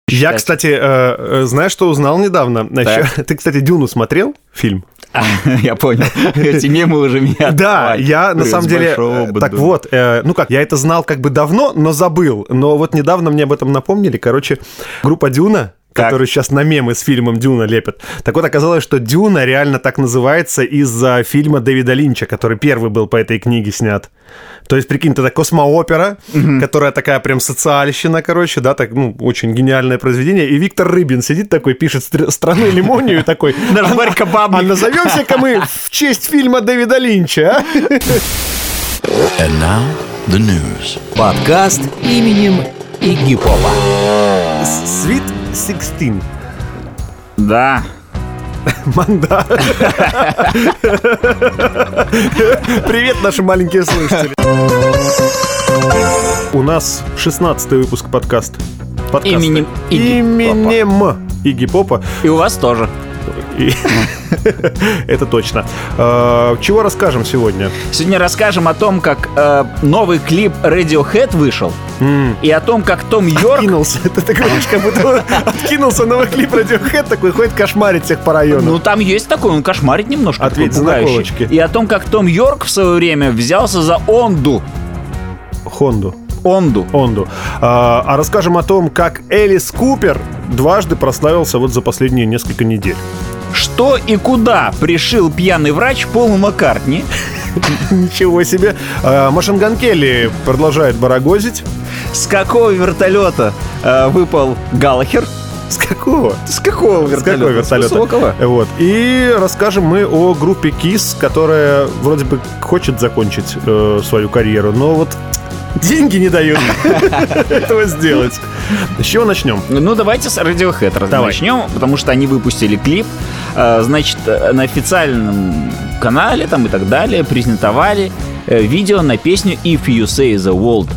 Я, кстати, знаешь, что узнал недавно? Ты, кстати, «Дюну» смотрел? Фильм? Я понял. Эти мемы уже меня... Да, я на самом деле... Так вот, я это знал как бы давно, но забыл. Но вот недавно мне об этом напомнили. Короче, группа «Дюна», которую сейчас на мемы с фильмом «Дюна» лепят. Так вот, оказалось, что «Дюна» реально так называется из-за фильма Дэвида Линча, который первый был по этой книге снят. То есть, прикинь, это космоопера, которая такая прям социальщина, короче, да, так, очень гениальное произведение. И Виктор Рыбин сидит такой, пишет «Страну лимонию» такой. А назовемся-ка мы в честь фильма Дэвида Линча, а? And now the news. Подкаст именем Игги Попа. Sweet 16. Да. Манда. Привет, наши маленькие слушатели. У нас 16-й выпуск подкаста. Именем Игги Попа. И у вас тоже. Это точно. Чего расскажем сегодня? Сегодня расскажем о том, как новый клип Radiohead вышел, и о том, как Том Йорк... Откинулся. Ты говоришь, как будто откинулся новый клип Radiohead, такой ходит кошмарить всех по району. Ну, там есть такой, он кошмарит немножко. Ответь за наколочки. И о том, как Том Йорк в свое время взялся за Онду. Онду. А расскажем о том, как Элис Купер дважды прославился вот за последние несколько недель. Что и куда пришил пьяный врач Полу Маккартни? Ничего себе. Машин Ган Келли продолжает барагозить. С какого вертолета выпал Галлахер? С какого? С какого вертолета? С высокого. Вот. И расскажем мы о группе KISS, которая вроде бы хочет закончить свою карьеру, но вот деньги не дают этого сделать. С чего начнем? Ну, давайте с Radiohead начнем, потому что они выпустили клип. Значит, на официальном канале там и так далее презентовали видео на песню «If You Say The World».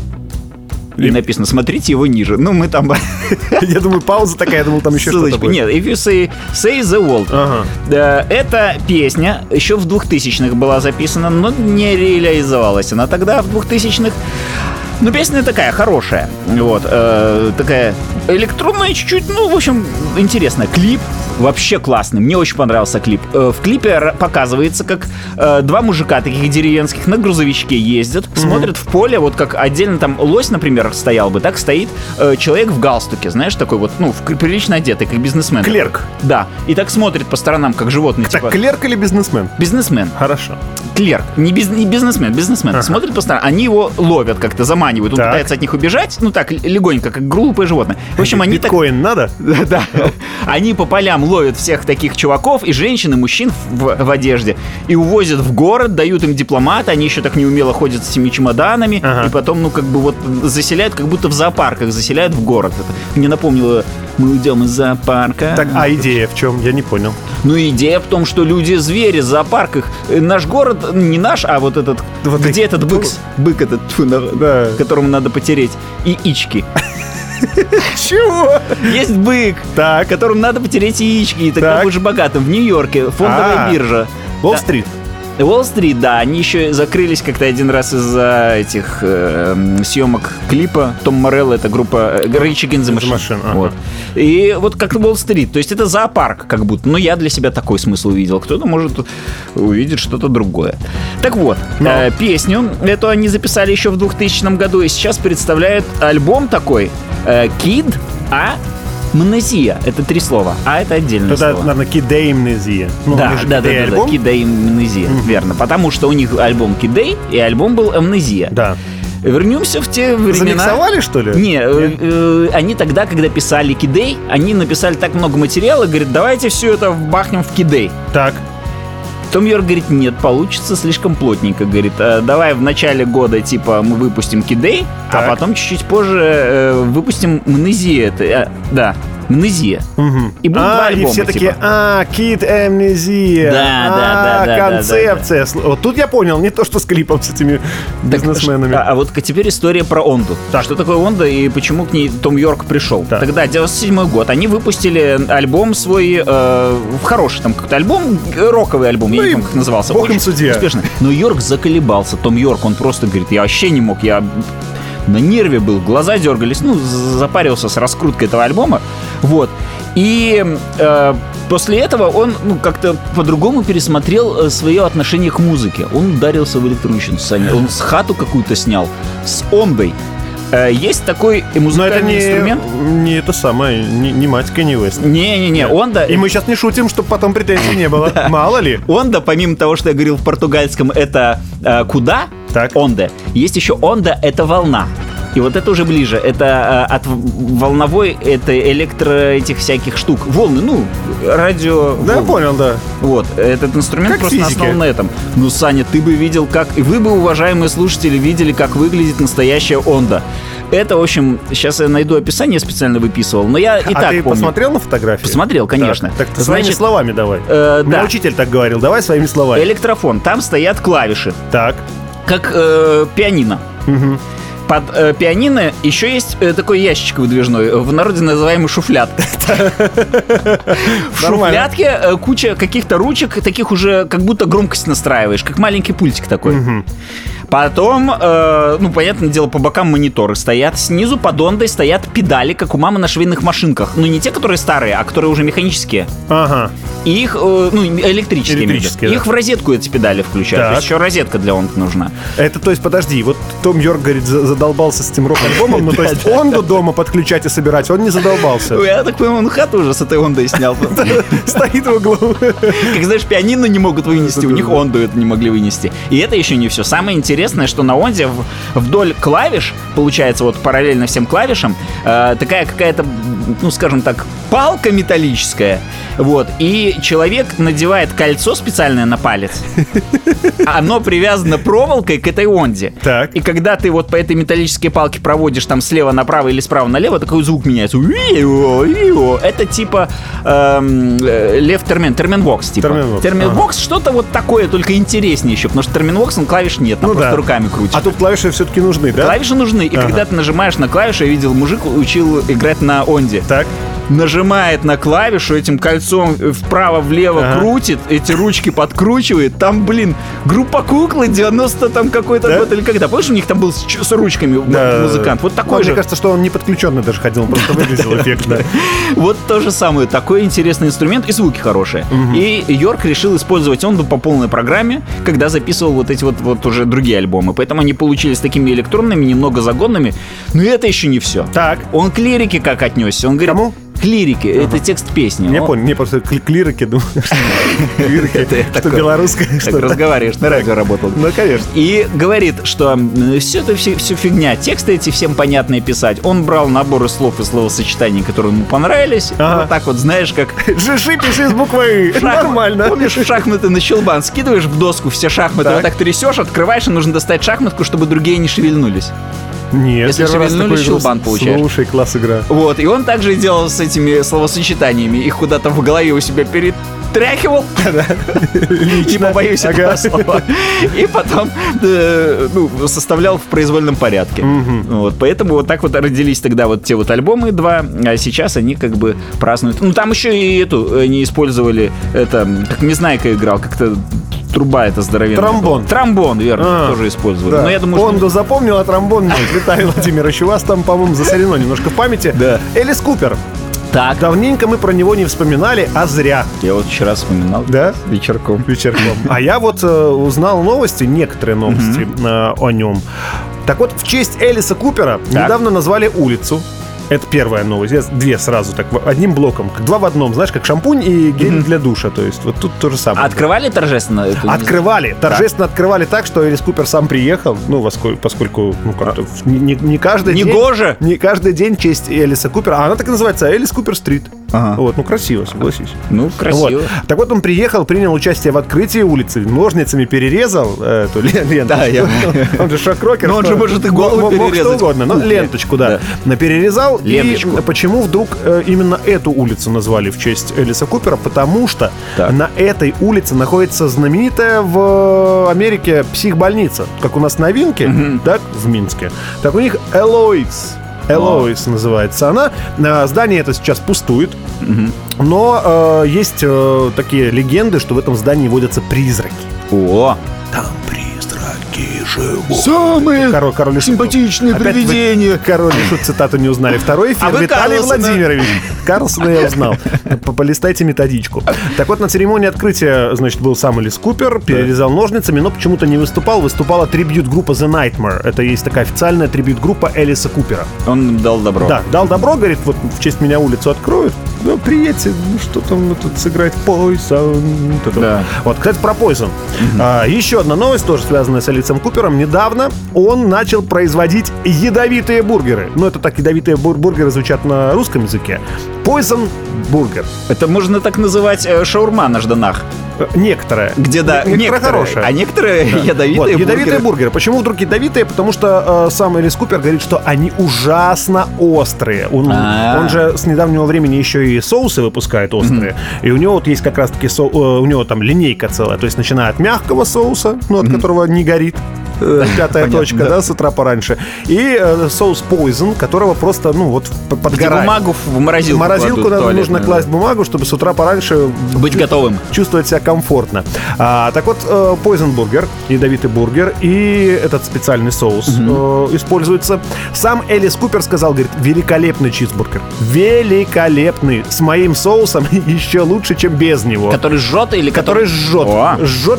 И написано, смотрите его ниже. Ну, мы там... Я думаю, пауза такая, я думал, там еще что-то будет. Нет, If You Say The World. Ага. Эта песня еще в 2000-х была записана, но не реализовалась она тогда, в 2000-х. Ну, песня такая, хорошая. Вот. Такая электронная чуть-чуть, в общем, интересная. Клип вообще классный. Мне очень понравился клип. В клипе показывается, как два мужика таких деревенских на грузовичке ездят, смотрят в поле, вот как отдельно там лось, например, стоял бы, так стоит человек в галстуке, знаешь, такой вот, прилично одетый, как бизнесмен. Клерк. Да. И так смотрит по сторонам, как животные. Так, клерк или бизнесмен? Бизнесмен. Хорошо. Клерк. Не бизнесмен. Ага. Смотрит по сторонам. Они его ловят как-то, заманивают. Он пытается от них убежать, так, легонько, как глупое животное. В общем, они биткоин надо? Да. Они по полям ловят всех таких чуваков и женщин, и мужчин в одежде, и увозят в город, дают им дипломаты, они еще так неумело ходят с этими чемоданами, и потом, заселяют, как будто в зоопарках, заселяют в город. Это мне напомнило, мы уйдем из зоопарка. Так, а идея в чем? Я не понял. Идея в том, что люди-звери в зоопарках. Наш город, не наш, а вот этот, где этот бык этот, которому надо потереть, и яички. Чего? Есть бык, которому надо потереть яички, и тогда будешь богатым. В Нью-Йорке фондовая биржа. Уолл-стрит. Уолл-стрит, да, они еще закрылись как-то один раз из-за этих съемок клипа. Том Морелло, это группа Rage Against the Machine. Вот. И вот как Уолл-стрит, то есть это зоопарк как будто. Но я для себя такой смысл увидел. Кто-то может увидеть что-то другое. Так вот, песню эту они записали еще в 2000 году, и сейчас представляют альбом такой Kid Amnesia. Это 3 слова, а это отдельное слово. Это, наверное, Kid Amnesia. Да, Kid Amnesia, верно. Потому что у них альбом Kid и альбом был Amnesia. Да. Вернемся в те времена. Замиксовали, что ли? Не, они тогда, когда писали Kid, они написали так много материала, говорят, давайте все это вбахнем в Kid. Так. Том Йорк говорит, нет, получится слишком плотненько. Говорит, давай в начале года, мы выпустим Kid, а потом чуть-чуть позже выпустим Amnesia. Да, Amnesia. И будут 2 альбома. И все такие, Kid Amnesia. Да. Концепция. Вот тут я понял, не то, что с клипом с этими бизнесменами. А вот теперь история про Онду. Что такое Онда и почему к ней Том Йорк пришел. Тогда, 97-й год, они выпустили альбом свой, хороший там какой-то альбом, роковый альбом, я не помню, как назывался. Бог им судья. Успешно. Но Йорк заколебался. Том Йорк, он просто говорит, я вообще не мог, на нерве был, глаза дергались, запарился с раскруткой этого альбома, вот. И после этого он как-то по-другому пересмотрел свое отношение к музыке. Он ударился в электронщину, Саня. Он с хату какую-то снял, с ондой. Есть такой музыкальный инструмент. Не это самое, не мать Кенни Уэст. Не, онда. И мы сейчас не шутим, чтобы потом претензий не было. Мало ли. Онда, помимо того, что я говорил в португальском, это куда? Так. Онда. Есть еще онда, это волна. И вот это уже ближе. Это от волновой, это этих всяких штук. Волны, радио. Да, я понял, да. Вот, этот инструмент как просто основан на этом. Саня, ты бы видел, и вы бы, уважаемые слушатели, видели, как выглядит настоящая онда. Это, в общем, сейчас я найду описание, специально выписывал, но я и так ты помню. Посмотрел на фотографии? Посмотрел, конечно. Так ты своими словами давай. Мне учитель так говорил, давай своими словами. Электрофон, там стоят клавиши. Так. Как пианино. Угу. Под пианино еще есть такой ящичек выдвижной, в народе называемый шуфляд. В шуфлядке куча каких-то ручек, таких уже как будто громкость настраиваешь, как маленький пультик такой. Потом, понятное дело, по бокам мониторы стоят. Снизу под ондой стоят педали, как у мамы на швейных машинках. Не те, которые старые, а которые уже механические. Ага. И их, электрические. Их в розетку эти педали включают. То есть еще розетка для онды нужна. Это, то есть, подожди, вот Том Йорк, говорит, задолбался с этим рок-альбомом, то есть онду дома подключать и собирать, он не задолбался. Я так понимаю, он хату уже с этой ондой снял. Стоит в углу. Как знаешь, пианино не могут вынести, у них онду это не могли вынести. И это еще не все. Самое интересное, что на онде вдоль клавиш, получается, вот параллельно всем клавишам, такая какая-то, скажем так, палка металлическая. Вот. И человек надевает кольцо специальное на палец. Оно привязано проволокой к этой онде. Так. И когда ты вот по этой металлической палке проводишь там слева направо или справа налево, такой звук меняется. Это типа Лев Терменвокс. Терменвокс что-то вот такое, только интереснее еще. Потому что Терменвокс, клавиш нет, там просто руками крутит. А тут клавиши все-таки нужны, да? Клавиши нужны. И когда ты нажимаешь на клавишу, я видел, мужик учил играть на онде. Так. Нажимает на клавишу, этим кольцом вправо-влево крутит, эти ручки подкручивает. Там, группа Куклы 90 там какой-то год или когда. Помнишь, у них там был с ручками музыкант? Вот такой же. Мне кажется, что он не подключенный даже ходил, он просто выглядел эффектно. Вот то же самое. Такой интересный инструмент и звуки хорошие. И Йорк решил использовать онду по полной программе, когда записывал вот эти вот уже другие альбомы. Поэтому они получились такими электронными, немного загонными. Но это еще не все. Так. Он к лирике как отнесся. Он говорит... Кому? К лирике. Это текст песни. Я понял. Мне просто клирики, думаю, что белорусское. Так разговариваешь, на радио работал. Ну, конечно. И говорит, что все это все фигня. Тексты эти всем понятные писать. Он брал наборы слов и словосочетаний, которые ему понравились. Вот так вот, знаешь, как... Жиши пиши с буквой. Нормально. Помнишь, шахматы на щелбан скидываешь в доску все шахматы, вот так трясешь, открываешь, и нужно достать шахматку, чтобы другие не шевельнулись. Нет, если шевельнулись, щелбан получаешь. Слушай, класс игра. Вот, и он также делал с этими словосочетаниями. Их куда-то в голове у себя перетряхивал. Не побоюсь этого слова. И потом составлял в произвольном порядке. Вот, поэтому вот так вот родились тогда вот те вот альбомы два, а сейчас они как бы празднуют. Там еще и они использовали это, как Незнайка играл, как-то труба это здоровенная. Тромбон, верно, тоже использовали. Да. Но я думаю, Онду запомнил, а тромбон нет. Виталий Владимирович, у вас там, по-моему, засорено немножко в памяти. Да. Элис Купер. Так. Давненько мы про него не вспоминали, а зря. Я вот вчера вспоминал. Да? Вечерком. А я вот узнал новости, некоторые новости о нем. Так вот, в честь Элиса Купера недавно назвали улицу. Это первая новость. Я две сразу так одним блоком. Два в одном, знаешь, как шампунь и гель для душа. То есть вот тут то же самое. Открывали торжественно? Открывали. Торжественно открывали так, что Элис Купер сам приехал. Поскольку как-то не каждый день... Негоже! Не каждый день в честь Элиса Купера. А она так и называется, Элис Купер Стрит. Вот, красиво, согласись. Красиво. Вот. Так вот, он приехал, принял участие в открытии улицы, ножницами перерезал эту ленточку. Да, он же шок-рокер. Но он же может и голову перерезать. Мог что угодно, но ленточку, да. Перерезал. Ленточку. И почему вдруг именно эту улицу назвали в честь Элиса Купера? Потому что на этой улице находится знаменитая в Америке психбольница. Как у нас новинки, так, в Минске. Так у них Элоис называется она. Здание это сейчас пустует. Но есть такие легенды, что в этом здании водятся призраки. О! Там призраки Самые симпатичные привидения. Король и Шут цитату не узнали. Второй эфир. Виталий Владимирович. Карлсона я узнал. Полистайте методичку. Так вот, на церемонии открытия, значит, был сам Элис Купер, перерезал ножницами, но почему-то не выступал. Выступала трибьют-группа The Nightmare. Это есть такая официальная трибьют-группа Элиса Купера. Он дал добро. Да, дал добро, говорит, вот в честь меня улицу откроют. Ну, приедьте, что там тут сыграет Poison. Да. Вот, кстати, про Poison. Еще одна новость, тоже связанная с Элисом Купером. Недавно он начал производить ядовитые бургеры. Ну, это так, ядовитые бургеры звучат на русском языке. Poison бургер. Это можно так называть шаурма на Жданах. Некоторые. Где, да, некоторые хорошие. А некоторые ядовитые вот, бургеры. Ядовитые бургеры. Почему вдруг ядовитые? Потому что сам Элис Купер говорит, что они ужасно острые. Он же с недавнего времени еще и соусы выпускает острые. И у него вот есть как раз-таки у него там линейка целая. То есть начиная от мягкого соуса, от которого не горит. Пятая точка, да, с утра пораньше. И соус Poison, которого просто, подгорает. Бумагу в морозилку. В морозилку нужно класть бумагу, чтобы с утра пораньше быть готовым. Чувствовать себя комфортно. Так вот, Poison бургер, ядовитый бургер, и этот специальный соус используется. Сам Элис Купер сказал, говорит, великолепный чизбургер. Великолепный. С моим соусом еще лучше, чем без него. Который жжет или который жжет? Жжет.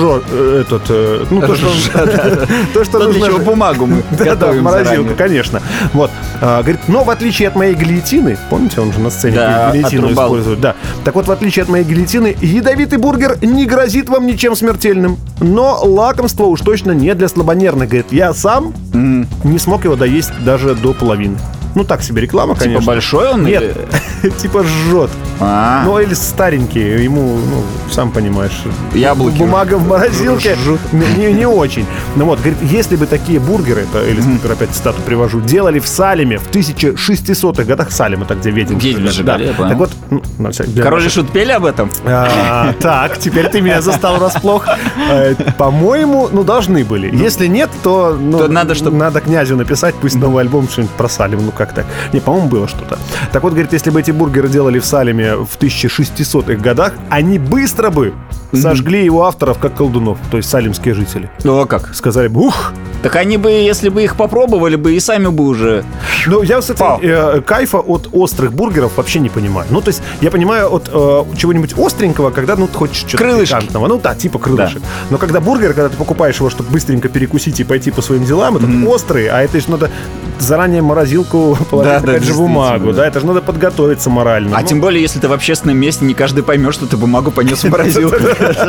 То, что нужно... Для чего бумагу мы готовим морозилку, конечно. Вот. Говорит, но в отличие от моей гильотины, помните, он же на сцене гильотину использует. Да. Так вот, в отличие от моей гильотины, ядовитый бургер не грозит вам ничем смертельным. Но лакомство уж точно не для слабонервных. Говорит, я сам не смог его доесть даже до половины. Ну, так себе реклама, конечно. Типа большой он? Нет, типа жжет. Но Элис старенький, ему, сам понимаешь, яблоки. Бумага в морозилке не очень. Ну вот, говорит, если бы такие бургеры, это Элис Купер, опять цитату привожу, делали в Салеме в 1600-х годах, Салем, это где ведьмы. Ведьмы сжигали, да. Так вот, Король и Шут пели об этом? Так, теперь ты меня застал врасплох. По-моему, должны были. Если нет, то надо князю написать, пусть новый альбом что-нибудь про Салем, как так. Не, по-моему, было что-то. Так вот, говорит, если бы эти бургеры делали в Салеме в 1600-х годах, они быстро бы сожгли его авторов как колдунов, то есть салемские жители. Ну, а как? Сказали бы, ух! Так они бы, если бы их попробовали бы, и сами бы уже... Ну, я, кстати, кайфа от острых бургеров вообще не понимаю. Ну, то есть, я понимаю от чего-нибудь остренького, когда, ты хочешь что-то пикантного. Ну, да, типа крылышек. Да. Но когда бургер, когда ты покупаешь его, чтобы быстренько перекусить и пойти по своим делам, это острый, а это же надо заранее морозилку положить, опять же, бумагу, да, это же надо подготовиться морально. А тем более, если ты в общественном месте, не каждый поймет, что ты бумагу понес в морозилку.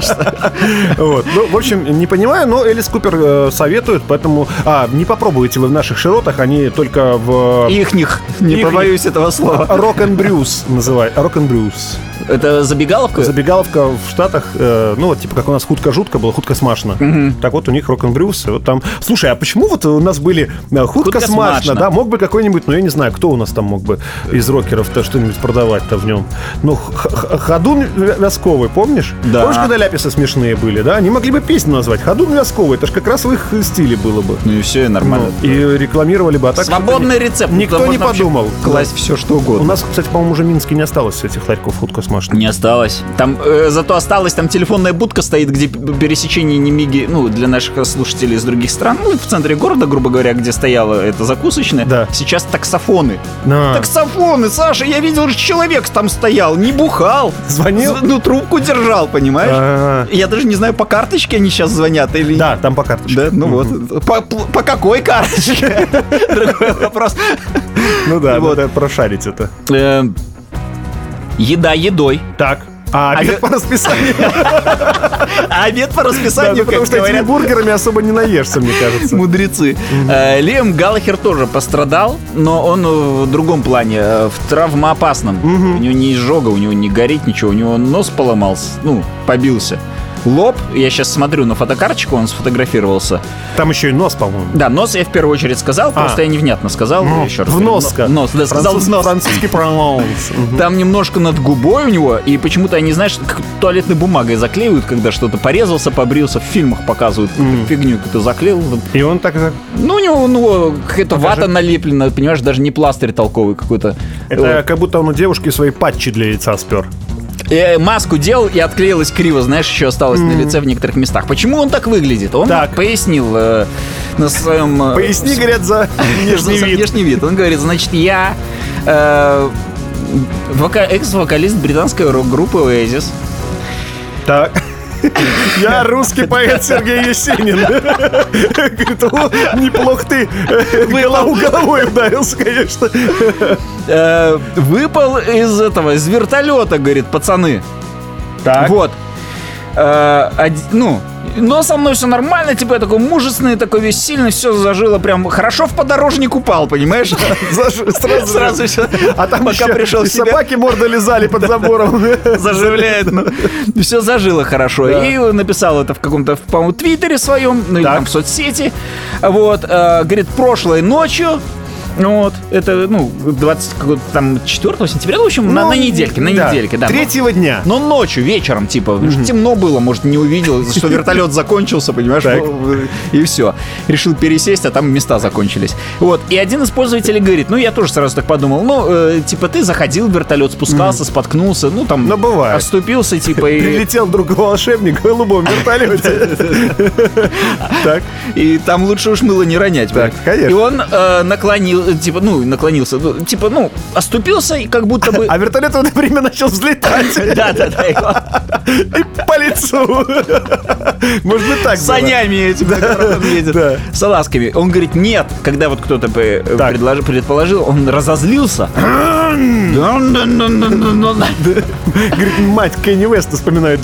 Вот. Ну, в общем, не понимаю, но Элис Купер советует, поэтому... не попробуйте вы в наших широтах, они только в... Ихних, не побоюсь этого слова. Рок-н-брюс называют. Рок-н-брюс. Это забегаловка? Забегаловка в Штатах, вот типа как у нас хутка-жутка была, хутка-смашна. Так вот у них рок-н-брюс, вот там... Слушай, а почему вот у нас были хутка-смашна, да? Мог бы какой-нибудь, я не знаю, кто у нас там мог бы из рокеров-то что-нибудь продавать-то в нем? Ходун Вязковый, помнишь? Да. Помнишь, когда ляписы смешные были, да? Они могли бы песню назвать «Ходун Вязковый», это же как раз в их стиле было бы. Ну и все, и нормально. И рекламировали бы, а так... Свободный рецепт. Никто не подумал. Класть все, что угодно. У нас, кстати, по-моему, уже в Минске не осталось этих ларьков хутка-смашных. Не осталось. Там зато осталась там телефонная будка стоит, где пересечение Немиги, для наших слушателей из других стран, в центре города, грубо говоря, где стояла эта закусочная. Да. Сейчас таксофоны. Таксофоны, Саша, я видел, человек там стоял, не бухал. Звонил? Трубку держал, понимаешь? Я даже не знаю, по карточке они сейчас звонят или... Да, там по карточке. Да, вот. По какой карточке? Другой вопрос. Ну да, надо прошарить это. Еда едой. Так. Обед по расписанию. Обед по расписанию, потому что этими бургерами особо не наешься, мне кажется. Мудрецы. Лиам Галлахер тоже пострадал, но он в другом плане, в травмоопасном. У него не изжога, у него не горит ничего, у него нос поломался, побился. Лоб, я сейчас смотрю на фотокарточку, он сфотографировался. Там еще и нос, по-моему. Да, нос я в первую очередь сказал, просто я невнятно сказал. Еще раз. В носка. Нос, да, сказал в нос. Французский прононс. Там немножко над губой у него, и почему-то они, знаешь, туалетной бумагой заклеивают, когда что-то порезался, побрился, в фильмах показывают фигню, какую-то заклеил. И он так... у него какая-то вата налеплена, понимаешь, даже не пластырь толковый какой-то. Это как будто он у девушки свои патчи для яйца спер. Маску делал и отклеилась криво, знаешь, еще осталось на лице в некоторых местах. Почему он так выглядит? Он пояснил на своем... Поясни, говорят, за внешний вид. Он говорит, значит, я экс-вокалист британской рок-группы Oasis. Так. Я русский поэт Сергей Есенин. Говорит, неплохо ты головой ударился, конечно. Выпал из вертолета, говорит, пацаны. Так. Вот. Но со мной все нормально, типа я такой мужественный, такой весь сильный, все зажило прям хорошо в подорожник упал, понимаешь? Сразу все. А там пока пришел в себя, собаки морды лизали под забором. Заживляет, все зажило хорошо. И написал это в каком-то, по-моему, твиттере своем, ну или там в соцсети. Вот, говорит, прошлой ночью. Вот, это, 24 сентября, в общем, на недельке, да. Третьего дня. Но ночью, вечером, типа, темно было, может, не увидел, что вертолет закончился, понимаешь, и все. Решил пересесть, а там места закончились. Вот, и один из пользователей говорит, я тоже сразу так подумал, типа, ты заходил в вертолет, спускался, споткнулся, бывает. Оступился, типа, и... Прилетел вдруг волшебник в голубом вертолете. Так. И там лучше уж мыло не ронять. Так, конечно. И он наклонился, оступился и как будто бы... А вертолет в это время начал взлетать. Да. И по лицу. Может быть, так было. С санями этим, он едет. С он говорит, нет. Когда вот кто-то предположил, он разозлился. Говорит, мать Кенни Уэста вспоминает.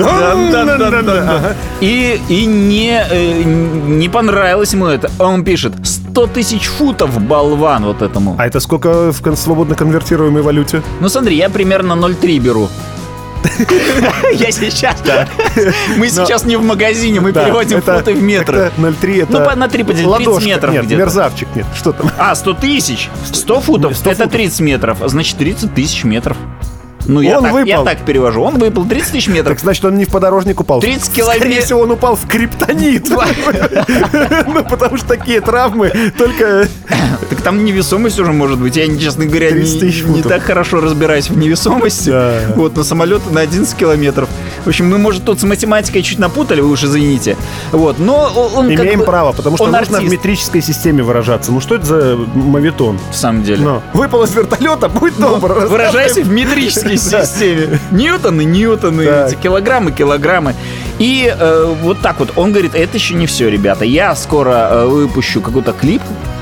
И не понравилось ему это. Он пишет, 100 тысяч футов, болван, вот этому. А это сколько в свободно конвертируемой валюте? Смотри, я примерно 0,3 беру. Я сейчас. Мы сейчас не в магазине, мы переводим футы в метры. 0,3 это... на 3 поделить, 30 метров где-то. Нет, мерзавчик, нет. Что там? 100 тысяч. 100 футов, это 30 метров. Значит, 30 тысяч метров. Я так перевожу. Он выпал 30 тысяч метров. Так значит, он не в подорожник упал. 30 километров. Скорее всего, он упал в криптонит. Потому что такие травмы только... Так там невесомость уже может быть. Я, честно говоря, не так хорошо разбираюсь в невесомости. Вот, на самолет на 11 километров. В общем, мы, может, тут с математикой чуть напутали, вы уж извините. Вот, но он имеем право, потому что нужно в метрической системе выражаться. Что это за моветон? В самом деле. Выпал из вертолета, будь добр. Выражайся в метрической системе. Ньютоны, эти килограммы. И вот так вот. Он говорит, это еще не все, ребята. Я скоро выпущу какой-то клип.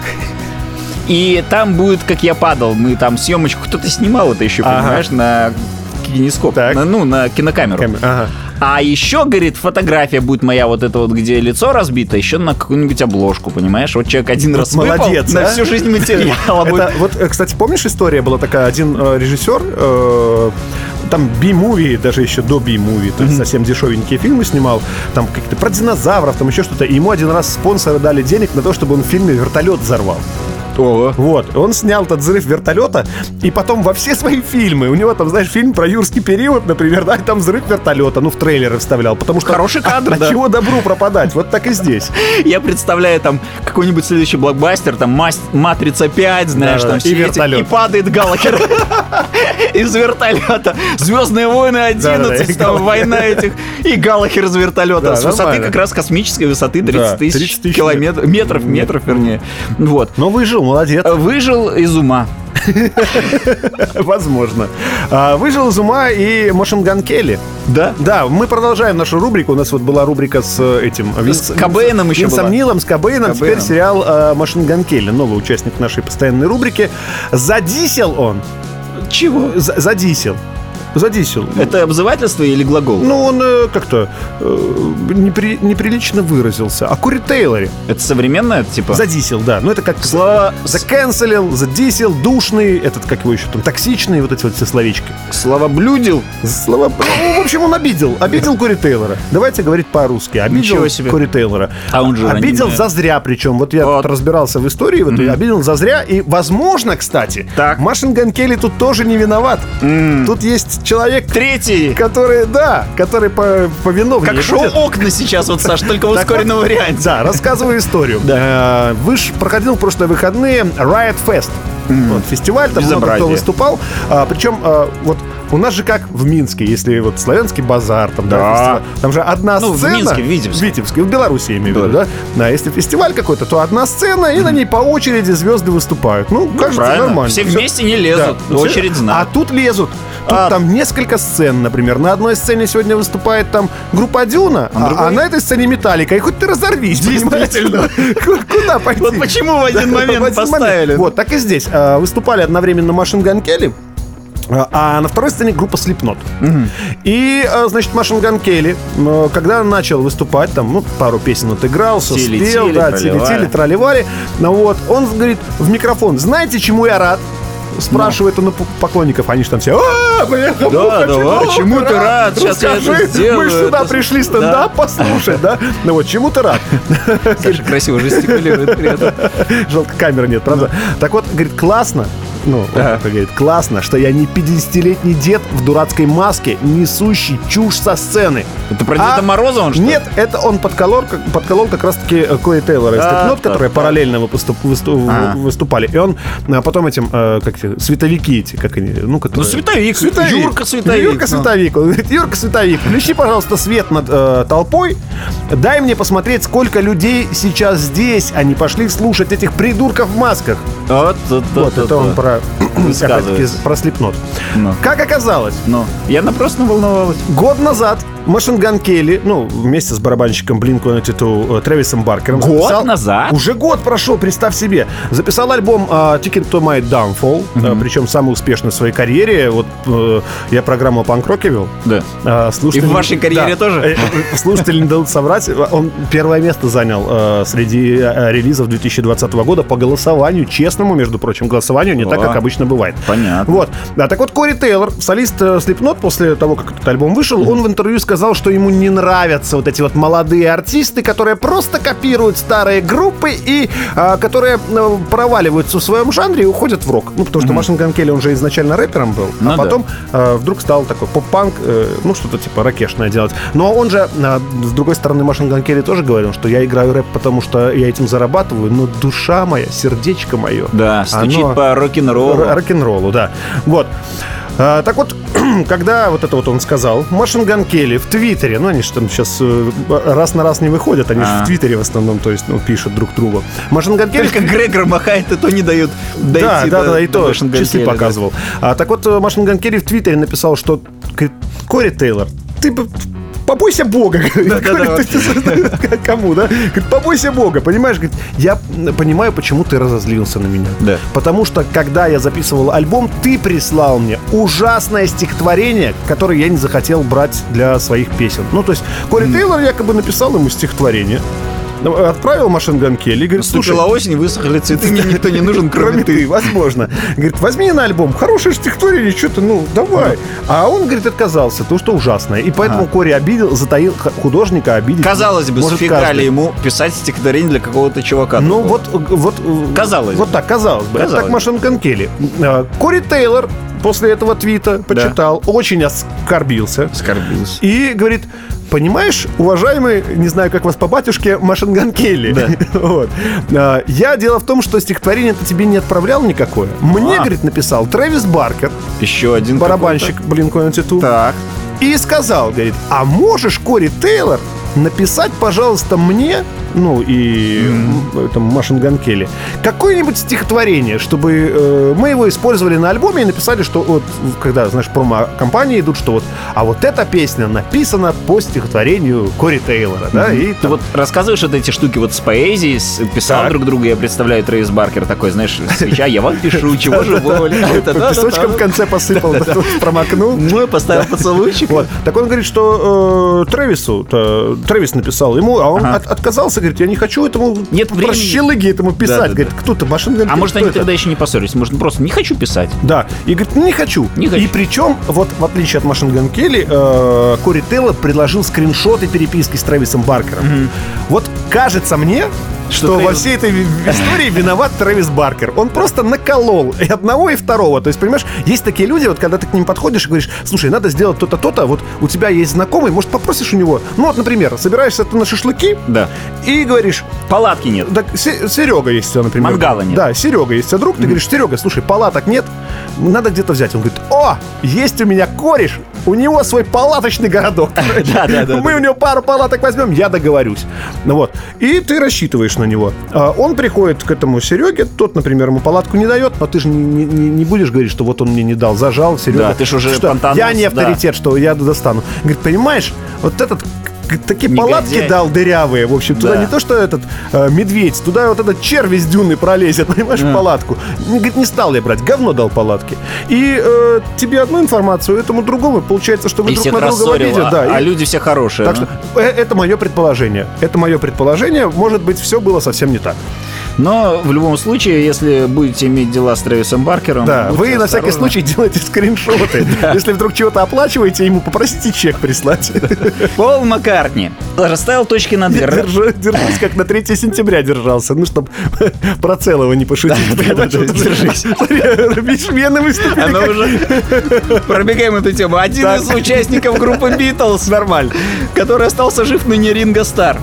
И там будет, как я падал. Мы там съемочку, кто-то снимал это еще, понимаешь, на кинескоп, на кинокамеру. А еще, говорит, фотография будет моя вот эта вот, где лицо разбито, еще на какую-нибудь обложку, понимаешь? Вот человек один раз выпал, на всю жизнь материала. Вот, кстати, помнишь, история была такая, один режиссер, там B-movie, даже еще до B-movie, то есть совсем дешевенькие фильмы снимал, там какие-то про динозавров, там еще что-то, и ему один раз спонсоры дали денег на то, чтобы он в фильме вертолет взорвал. Вот, он снял этот взрыв вертолета, и потом во все свои фильмы, у него там, знаешь, фильм про юрский период, например, да, там взрыв вертолета, в трейлеры вставлял, потому что... Хороший кадр, да. Чего добру пропадать, вот так и здесь. Я представляю там какой-нибудь следующий блокбастер, там «Матрица 5», знаешь, там и вертолет. И падает Галлахер из вертолета. «Звездные войны 11», там «Война этих», и Галлахер из вертолета. С высоты как раз космической высоты 30 тысяч километров, метров, вернее. Вот. Но выжил, молодец. Выжил из ума. Возможно. Выжил из ума и Machine Gun Kelly. Да? Да, мы продолжаем нашу рубрику. У нас вот была рубрика с этим... С Кобейном еще была. Винсом Нилом, с Кобейном. Теперь сериал Machine Gun Kelly. Новый участник нашей постоянной рубрики. Задисел он. Чего? Задисел. Это обзывательство или глагол? Он как-то неприлично выразился. О Кори Тейлоре. Это современное, типа? Задисел, да. Это как слова закэнселил, задисел, душный, этот, как его еще там, токсичный, вот эти вот все словечки. Словоблюдил? В общем, он обидел Кори Тейлора. Давайте говорить по-русски. Обидел Кори Тейлора. А он же обидел зазря, причем. Вот я разбирался в истории, обидел зазря. И, возможно, кстати, Machine Gun Kelly тут тоже не виноват. Тут есть человек третий, который повиновнее. Как шоу «Окна» сейчас, вот, Саш, только в ускоренном варианте. Да, рассказываю историю. Проходил в прошлые выходные Riot Fest. Фестиваль, там много кто выступал. Причем вот у нас же как в Минске, если вот Славянский базар, там, да, фестиваль, там же одна сцена. в Минске, в Витебске, в Беларуси, я имею в виду, да? А если фестиваль какой-то, то одна сцена, и на ней по очереди звезды выступают. Ну, кажется, правильно. нормально. Все вместе не лезут, очередь знают. А тут лезут. Тут там несколько сцен, например. На одной сцене сегодня выступает там группа Дюна, а на этой сцене Металлика. И хоть ты разорвись, действительно. Куда пойти? Вот почему в один момент поставили? Вот, так и здесь. Выступали одновременно Machine Gun Kelly, а на второй сцене группа Slipknot. И, значит, Machine Gun Kelly, когда начал выступать, там, ну, пару песен отыграл, все спел, да, тили-тили, тролливали. Вот, он говорит в микрофон: знаете, чему я рад? Спрашивает он у поклонников, они же там все: чему ты рад? Сейчас я это сделаю. Мы же сюда пришли стендап послушать, да? Ну вот, чему ты рад? Саша красиво жестикулирует при этом. Жалко, камеры нет, правда? Так вот, говорит, классно. Ну, говорит, классно, что я не 50-летний дед в дурацкой маске, несущий чушь со сцены. Это про Деда Мороза он, что ли? Нет, это он подколол как раз-таки Кори Тейлора из Slipknot, которые параллельно выступали. И он потом этим, как световики эти, как они, ну, которые... Световик. Юрка Световик. Он говорит: Юрка Световик, включи, пожалуйста, свет над толпой, дай мне посмотреть, сколько людей сейчас здесь, они пошли слушать этих придурков в масках. Вот это он про Slipknot. Как оказалось, я просто волновалась. год назад Machine Gun Kelly, ну, вместе с барабанщиком Blink-182 Трэвисом Баркером Год назад? Уже год прошел, представь себе. Записал альбом Ticket to My Downfall, причем самый успешный в своей карьере. Вот я программу «Панк-роке» вел. Да. И в вашей карьере тоже? Слушатели не дадут соврать. Он первое место занял среди релизов 2020 года по голосованию, честному, между прочим, голосованию, не так, как обычно бывает. Понятно. Вот. Так вот, Кори Тейлор, солист Slipknot, после того, как этот альбом вышел, он в интервью сказал, что ему не нравятся вот эти вот молодые артисты, которые просто копируют старые группы и которые проваливаются в своем жанре и уходят в рок. Ну, потому что Machine Gun Kelly, он же изначально рэпером был, а потом вдруг стал такой поп-панк, ну, что-то типа рокешное делать. Но он же, с другой стороны, Machine Gun Kelly тоже говорил, что я играю рэп, потому что я этим зарабатываю, но душа моя, сердечко мое... Да, стучит по рок-н-роллу. Рок-н-роллу, да. Вот. Так вот, когда вот это вот он сказал, Machine Gun Kelly в Твиттере, ну, они же там сейчас раз на раз не выходят, они же в Твиттере в основном, то есть, ну, пишут друг другу. Machine Gun Kelly... Только Грегор махает, и то не дают дойти да, и то часы показывал. Так вот, Machine Gun Kelly в Твиттере написал, что Кори Тейлор, ты побойся Бога. Кому, да? Говорит, побойся Бога, понимаешь? Говорит, я понимаю, почему ты разозлился на меня. Да. Потому что, когда я записывал альбом, ты прислал мне ужасное стихотворение, которое я не захотел брать для своих песен. Ну, то есть, Кори Тейлор якобы написал ему стихотворение, отправил Machine Gun Kelly, говорит: наступила осень, высохли цветы, мне никто не нужен, кроме ты. Возможно. Говорит, возьми на альбом хорошее стихотворение, что-то, ну, давай. А он, говорит, отказался, то, что ужасное. И поэтому Кори обидел, затаил художника, обидел. Казалось бы, сфигали ему писать стихотворение для какого-то чувака. Ну, вот. Казалось бы. Вот так, казалось бы. Это так Machine Gun Kelly. Кори Тейлор после этого твита почитал, очень оскорбился. И говорит: понимаешь, уважаемый, не знаю, как вас по батюшке, Machine Gun Kelly. Да. Вот. Я дело в том, что стихотворение-то тебе не отправлял никакое. Мне, говорит, написал Трэвис Баркер. Еще один барабанщик Blink-182. Так. И сказал, говорит: а можешь, Кори Тейлор, написать, пожалуйста, мне, ну и Machine Gun Kelly, какое-нибудь стихотворение, чтобы мы его использовали на альбоме и написали, что вот, когда, знаешь, промо-компании идут, что вот, а вот эта песня написана по стихотворению Кори Тейлора, да? И ты вот рассказываешь вот эти штуки вот с поэзией, писал друг другу, я представляю, Трэвис Баркер такой, знаешь, свеча, я вам пишу, чего же воля. Песочком в конце посыпал, промокнул. Ну, поставил поцелуйчик. Так он говорит, что Трэвис написал ему, а он отказался, говорит: я не хочу этому прощелыги этому писать. Говорит, кто-то Machine Gun Kelly. А может, они тогда еще не поссорились? Может, просто не хочу писать? Да. И говорит, не хочу. И причем, вот в отличие от Machine Gun Kelly, Кори Тейлор предложил скриншоты переписки с Трэвисом Баркером. Вот кажется мне, что во всей этой истории виноват Трэвис Баркер. Он просто наколол и одного, и второго. То есть, понимаешь, есть такие люди, вот когда ты к ним подходишь и говоришь: слушай, надо сделать то-то, то-то, вот у тебя есть знакомый, может, попросишь у него. Ну, вот, например, собираешься ты на шашлыки, да, и говоришь: палатки нет. Так, Серега есть у тебя, например. Мангала нет. Да, Серега есть у тебя друг, ты говоришь: Серега, слушай, палаток нет, надо где-то взять. Он говорит: о, есть у меня кореш, у него свой палаточный городок. Мы у него пару палаток возьмем, я договорюсь. Ну вот. И ты рассчитываешь на него. Он приходит к этому Сереге, тот, например, ему палатку не дает, но ты же не будешь говорить, что вот он мне не дал, зажал, Серега. Да, ты же уже что, я не авторитет, что я достану. Говорит: понимаешь, вот этот... Такие палатки дал дырявые, в общем, туда не то, что этот медведь, туда вот этот червь из дюны пролезет, понимаешь, в палатку. Говорит: не стал я брать, говно дал палатки. И тебе одну информацию, этому другому, получается, что вы и друг на друга в обиде. А люди все хорошие. Так что это мое предположение. Это мое предположение. Может быть, все было совсем не так. Но в любом случае, если будете иметь дела с Трэвисом Баркером... Да, вы на всякий случай делаете скриншоты. Если вдруг чего-то оплачиваете, ему попросите чек прислать. Пол Маккартни расставил точки над «и». Держись, как на 3 сентября держался. Ну, чтобы про целого не пошутить. Держись. Вены выступили. Оно уже... Пробегаем эту тему. Один из участников группы Битлз, нормально, который остался жив, но не Ринго Стар.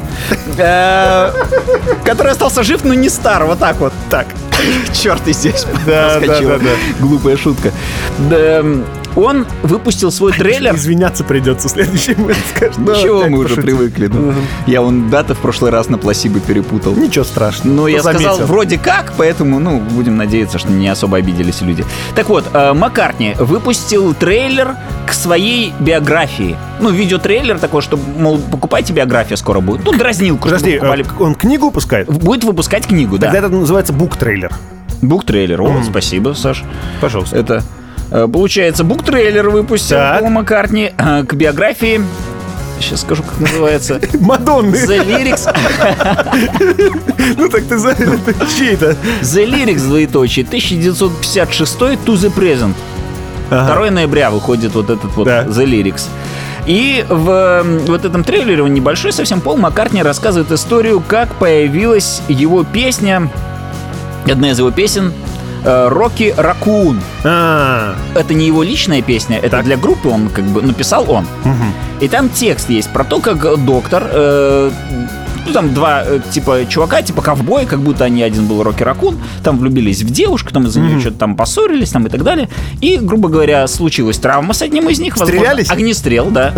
Который остался жив, но не Стар. Вот так вот. Так. Черт, и здесь проскочила. Глупая шутка. Он выпустил свой трейлер. Извиняться придется следующий момент. Ничего, мы уже привыкли. Я даты в прошлый раз на пласибо перепутал. Ничего страшного. Но я сказал вроде как, поэтому, будем надеяться, что не особо обиделись люди. Так вот, Маккартни выпустил трейлер к своей биографии. Видеотрейлер такой, что, мол, покупайте биографию, скоро будет. Дразнилку. Подожди, он книгу выпускает? Будет выпускать книгу, да. Тогда это называется буктрейлер. Буктрейлер. О, спасибо, Саш. Пожалуйста. Это... Получается, буктрейлер выпустил Пол Маккартни к биографии. Сейчас скажу, как называется. Мадонны. The Lyrics. Так ты чей-то? The Lyrics, двоеточие, 1956 to the present. 2 ноября выходит вот этот вот The Lyrics. И в вот этом трейлере, он небольшой совсем, Пол Маккартни рассказывает историю, как появилась его песня, одна из его песен, «Rocky Raccoon». Это не его личная песня, это для группы он написал он. И там текст есть про то, как доктор... там два чувака, ковбоя, как будто один был Рокки Ракун, там влюбились в девушку, там из-за нее что-то там поссорились, там и так далее. И, грубо говоря, случилась травма с одним из них. Стрелялись? Огнестрел, да.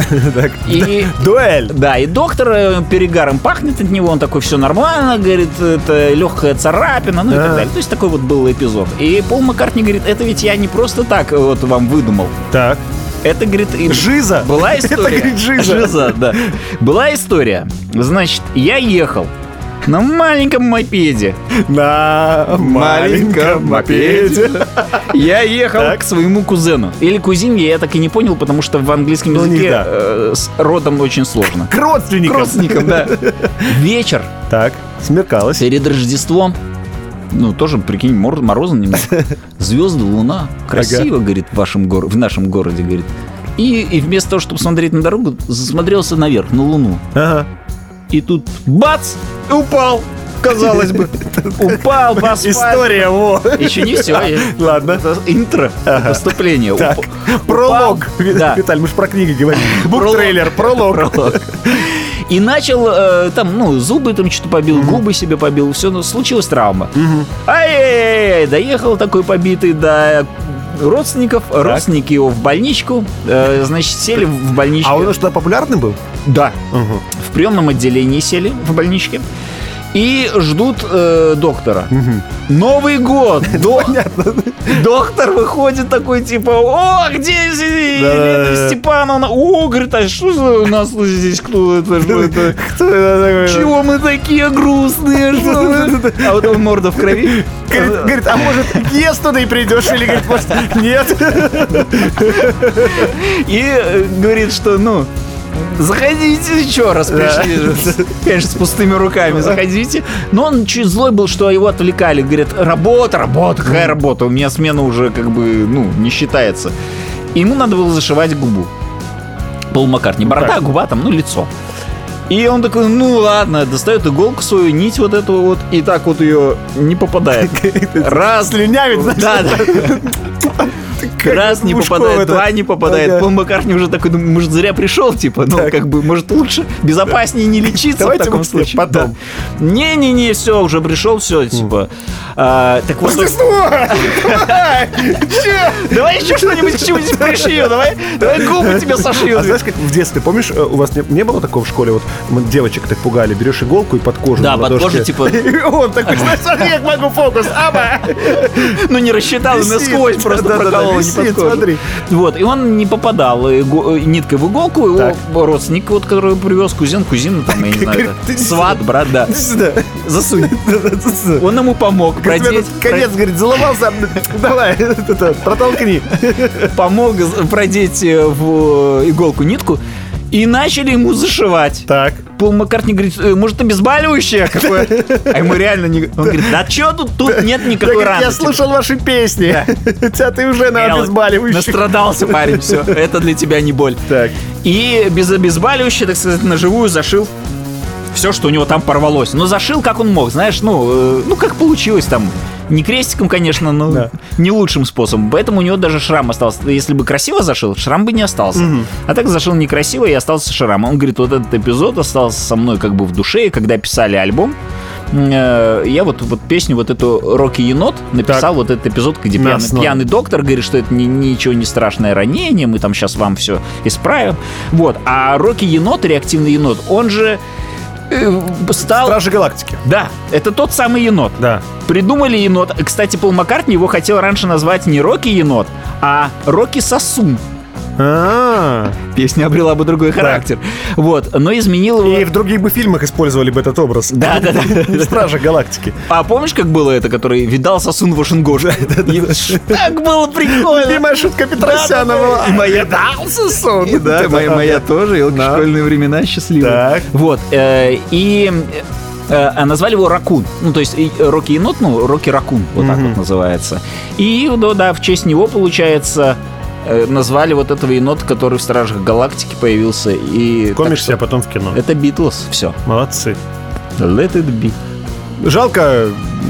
И дуэль. Да, и доктор перегаром пахнет от него, он такой: все нормально, говорит, это легкая царапина, и так далее. То есть такой вот был эпизод. И Пол Маккартни говорит: это ведь я не просто так вот вам выдумал. Так. Это, говорит, Жиза. Была история. Это, говорит, Жиза, да. Была история. Значит, я ехал на маленьком мопеде. На маленьком мопеде. Я ехал к своему кузену. Или кузине, я так и не понял, потому что в английском языке с родом очень сложно. К родственникам. К родственникам, да. Вечер. Так, смеркалось. Перед Рождеством. Тоже, прикинь, морозно немного. Звезды, луна. Красиво, говорит, в нашем городе, говорит. И вместо того, чтобы смотреть на дорогу, засмотрелся наверх, на луну. И тут бац! Упал! Казалось бы. Упал в асфальт. История, Еще не все. Ладно. Это интро, поступление. Пролог. Виталь, мы же про книги говорим. Буктрейлер, пролог. И начал, зубы там что-то побил, губы себе побил, все, случилась травма. Ай-яй-яй, доехал такой побитый до родственников, родственники его в больничку, значит, сели в больничке. А он что, популярный был? Да. В приемном отделении сели в больничке. И ждут доктора. Новый год. Доктор выходит такой, о, где Елена Степановна? О, говорит, а что за у нас здесь, кто это? Чего мы такие грустные? А вот он морда в крови. Говорит, а может, ест туда и придешь? Или говорит, может, нет? И говорит, что, заходите, еще раз пришли. Конечно, с пустыми руками заходите. Но он чуть злой был, что его отвлекали. Говорит, работа, какая работа? У меня смена уже не считается. И ему надо было зашивать губу. Пол Маккартни. Борода, губа, лицо. И он такой, ну ладно, достает иголку свою, нить вот эту вот, и так вот ее не попадает. Раз. Слюнявит, значит. Да. Раз не попадает, два не попадает. Пол Маккартни уже такой, думаю, может, зря пришел, типа, ну, как бы, может, лучше, безопаснее не лечиться в таком случае. Потом. Не-не-не, все, уже пришел, все, типа. Так вот. Давай еще что-нибудь к чему-нибудь пришью, давай губы тебе сошью. А знаешь, как в детстве, помнишь, у вас не было такого в школе, вот мы девочек так пугали, берешь иголку и под кожу. Да, под кожу, типа. Он такой, смотри, я могу фокус, Ну, не рассчитал, насквозь просто проколол, не под кожу. Вот, и он не попадал ниткой в иголку, его родственник, вот, который привез, кузина, там, я не знаю, сват, брат, да. Засунь. Он ему помог продеть. Конец, говорит, заломался, давай, протолкни. Помог продеть в иголку нитку. И начали ему зашивать. Так. Пол Маккартни говорит, может, обезболивающее какое-то? А ему реально не... Он говорит, да что тут нет никакой раны. Я слушал ваши песни. Тебя ты уже на обезболивающее. Настрадался, парень, все. Это для тебя не боль. Так. И без обезболивающего, так сказать, на живую зашил все, что у него там порвалось. Но зашил, как он мог, знаешь, ну как получилось там. Не крестиком, конечно, но не лучшим способом. Поэтому у него даже шрам остался. Если бы красиво зашил, шрам бы не остался. А так зашил некрасиво, и остался шрам. Он говорит, вот этот эпизод остался со мной как бы в душе. И когда писали альбом, я вот песню, вот эту «Рокки енот» написал, вот этот эпизод, где пьяный доктор говорит, что это ничего не страшное ранение, мы там сейчас вам все исправим. Вот. А «Рокки енот», реактивный енот, он же стал... Стражи Галактики. Да, это тот самый енот. Да. Придумали енот. Кстати, Пол Маккартни его хотел раньше назвать не Рокки енот, а Рокки Сосун. Песня обрела бы другой характер. Вот, но изменил его... И в других бы фильмах использовали бы этот образ. Да. Стражи Галактики. А помнишь, как было это, который видал сосун Вашингтон? Так было прикольно. Любимая шутка Петросяна была. И моя дал сосун. Да, моя тоже. Школьные времена счастливые. Вот, и... А назвали его Ракун. Ну, то есть Рокки енот, Рокки Ракун, вот так вот называется. И, да, в честь него, получается... назвали вот этого енота, который в «Стражах Галактики» появился. И комишься, а потом в кино. Это Битлз, все. Молодцы. Let it be. Жалко,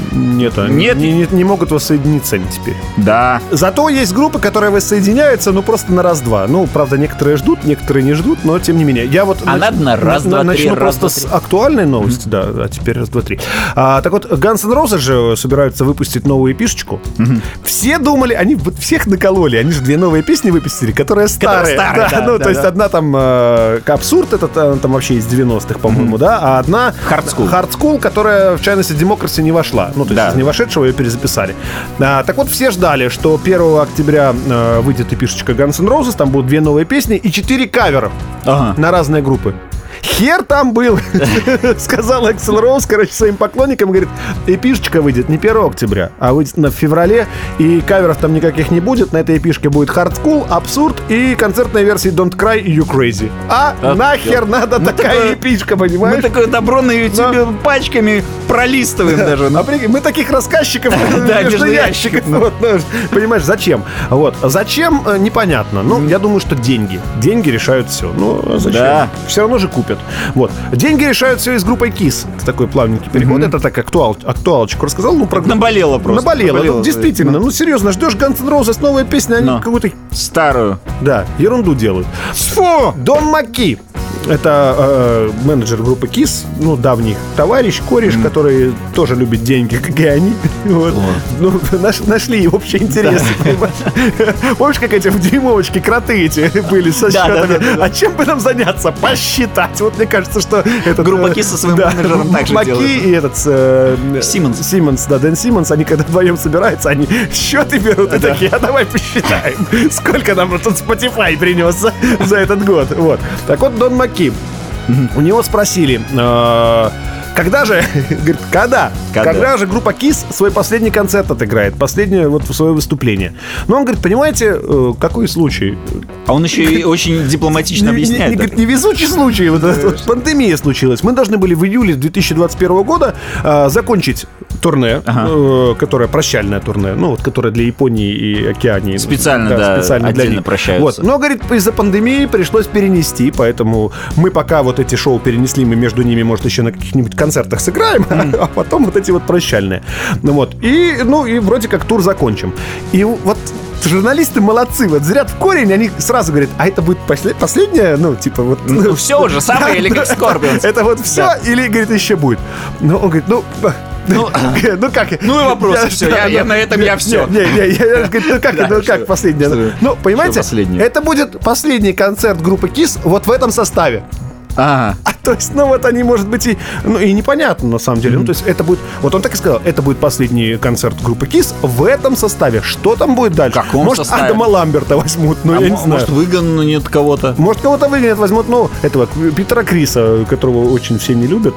не могут воссоединиться они теперь. Да. Зато есть группы, которые воссоединяются, просто на раз-два. Ну, правда, некоторые ждут, некоторые не ждут, но тем не менее. Я вот надо на раз-два-три. Начну просто с актуальной новости, да, а теперь раз-два-три. Так вот, Guns N' Roses же собираются выпустить новую эпишечку. Все думали, они вот всех накололи, они же 2 новые песни выпустили, которые старые. То есть одна там «Абсурд», это там вообще из 90-х, по-моему, да, а одна «Hard School», которая в частности Democracy не вошла. Ну, то есть из не вошедшего ее перезаписали. Так вот, все ждали, что 1 октября выйдет эпишечка Guns N' Roses, там будут 2 новые песни и 4 кавера на разные группы. Хер там был, сказал Эксел Роуз, своим поклонникам, говорит, эпишечка выйдет не 1 октября, а выйдет в феврале, и каверов там никаких не будет, на этой эпишке будет Hard School, Абсурд и концертная версия Don't Cry, You Crazy. Нахер надо такая эпишка, понимаешь? Мы такое добро на ютубе пачками пролистываем даже. Мы таких рассказчиков между ящиков. Понимаешь, зачем? Зачем, непонятно. Я думаю, что деньги. Деньги решают все. Ну, зачем? Все равно же купят. Вот. Деньги решают все и с группой KISS. Это такой плавненький переход. Это так актуалочку рассказал. Наболело просто. Наболело. Действительно. Серьезно, ждешь Guns N' Roses, новая песня, они какую-то... Старую. Да, ерунду делают. Фу! Дон Макки. Это менеджер группы KISS, давний товарищ, кореш, который тоже любит деньги, как и они. Вот. Нашли общий интерес. Помнишь, как эти в дюймовочке кроты эти были со счетами? А чем бы нам заняться? Посчитать. Вот мне кажется, что этот... Группа KISS со своим менеджером так же делает. Макки и этот... Симмонс, Дэн Симмонс, они когда вдвоем собираются, они счеты берут и такие, давай посчитаем, сколько нам тут Spotify принес за этот год. Вот. Так вот, Дон Макки. У него спросили, когда же, говорит, когда же группа KISS свой последний концерт отыграет, последнее вот свое выступление. Но он говорит, понимаете, какой случай? А он еще и очень дипломатично объясняет. Говорит, невезучий случай, вот пандемия случилась. Мы должны были в июле 2021 года закончить турне, которое прощальное турне, ну вот, которое для Японии и Океании. Специально, специально для них прощаются. Вот. Но, говорит, из-за пандемии пришлось перенести, поэтому мы пока вот эти шоу перенесли, мы между ними, может, еще на каких-нибудь концертах сыграем, а потом вот эти вот прощальные. Ну вот. И вроде как тур закончим. И вот журналисты молодцы, вот зрят в корень, они сразу говорят, а это будет последнее, ну, типа вот... Ну, все уже, самое или как Скорпионс. Это вот все, или, говорит, еще будет. Ну, он говорит, ну как? Ну и вопросы, все, я на этом я все. Ну как последнее? Ну, понимаете, это будет последний концерт группы KISS вот в этом составе. То есть, ну вот они, может быть, и непонятно на самом деле. Ну, то есть это будет, вот он так и сказал, это будет последний концерт группы KISS в этом составе. Что там будет дальше? В каком может, составе? Адама Ламберта возьмут, я не знаю. Может, выгонят кого-то? Может, кого-то выгонят, возьмут, этого Питера Криса, которого очень все не любят.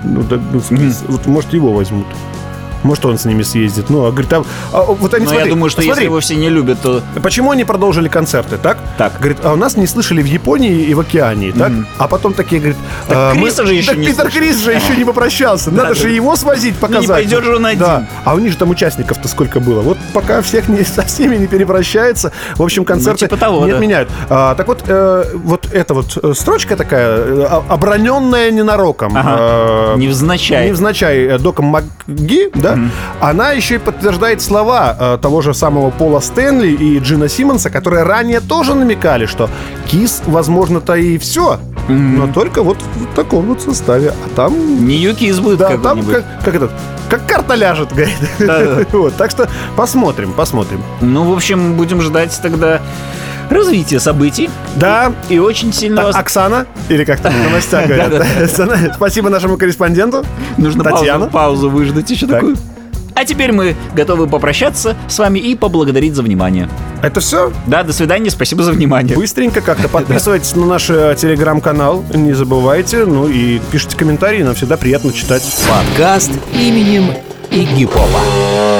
Вот, может, его возьмут. Может, он с ними съездит. Ну, говорит, вот они, смотри, я думаю, что если его все не любят, то... Почему они продолжили концерты, так? Так. Говорит, у нас не слышали в Японии и в Океании, так? А потом такие, говорит... Криса же еще не Питер Крис же еще не попрощался. Надо же его свозить, показать. Не пойдет же он один. Да. А у них же там участников-то сколько было. Вот пока со всеми не перепрощается, в общем, концерты не отменяют. Так вот, вот эта вот строчка такая, оброненная ненароком. Невзначай. Невзначай. Доком МакГи, да? Она еще и подтверждает слова того же самого Пола Стэнли и Джина Симмонса, которые ранее тоже намекали, что KISS, возможно-то и все, но только вот в таком вот составе. А там... Не KISS будет, да, там как карта ляжет, говорит. Вот, так что посмотрим. Ну, в общем, будем ждать тогда развитие событий. Да. И очень сильно вас... Оксана, или как там в новостях говорят. Спасибо нашему корреспонденту. Нужно паузу выждать еще такую. А теперь мы готовы попрощаться с вами и поблагодарить за внимание. Это все? Да, до свидания, спасибо за внимание. Быстренько как-то подписывайтесь на наш телеграм-канал, не забывайте, ну и пишите комментарии, нам всегда приятно читать. Подкаст именем Игги Попа.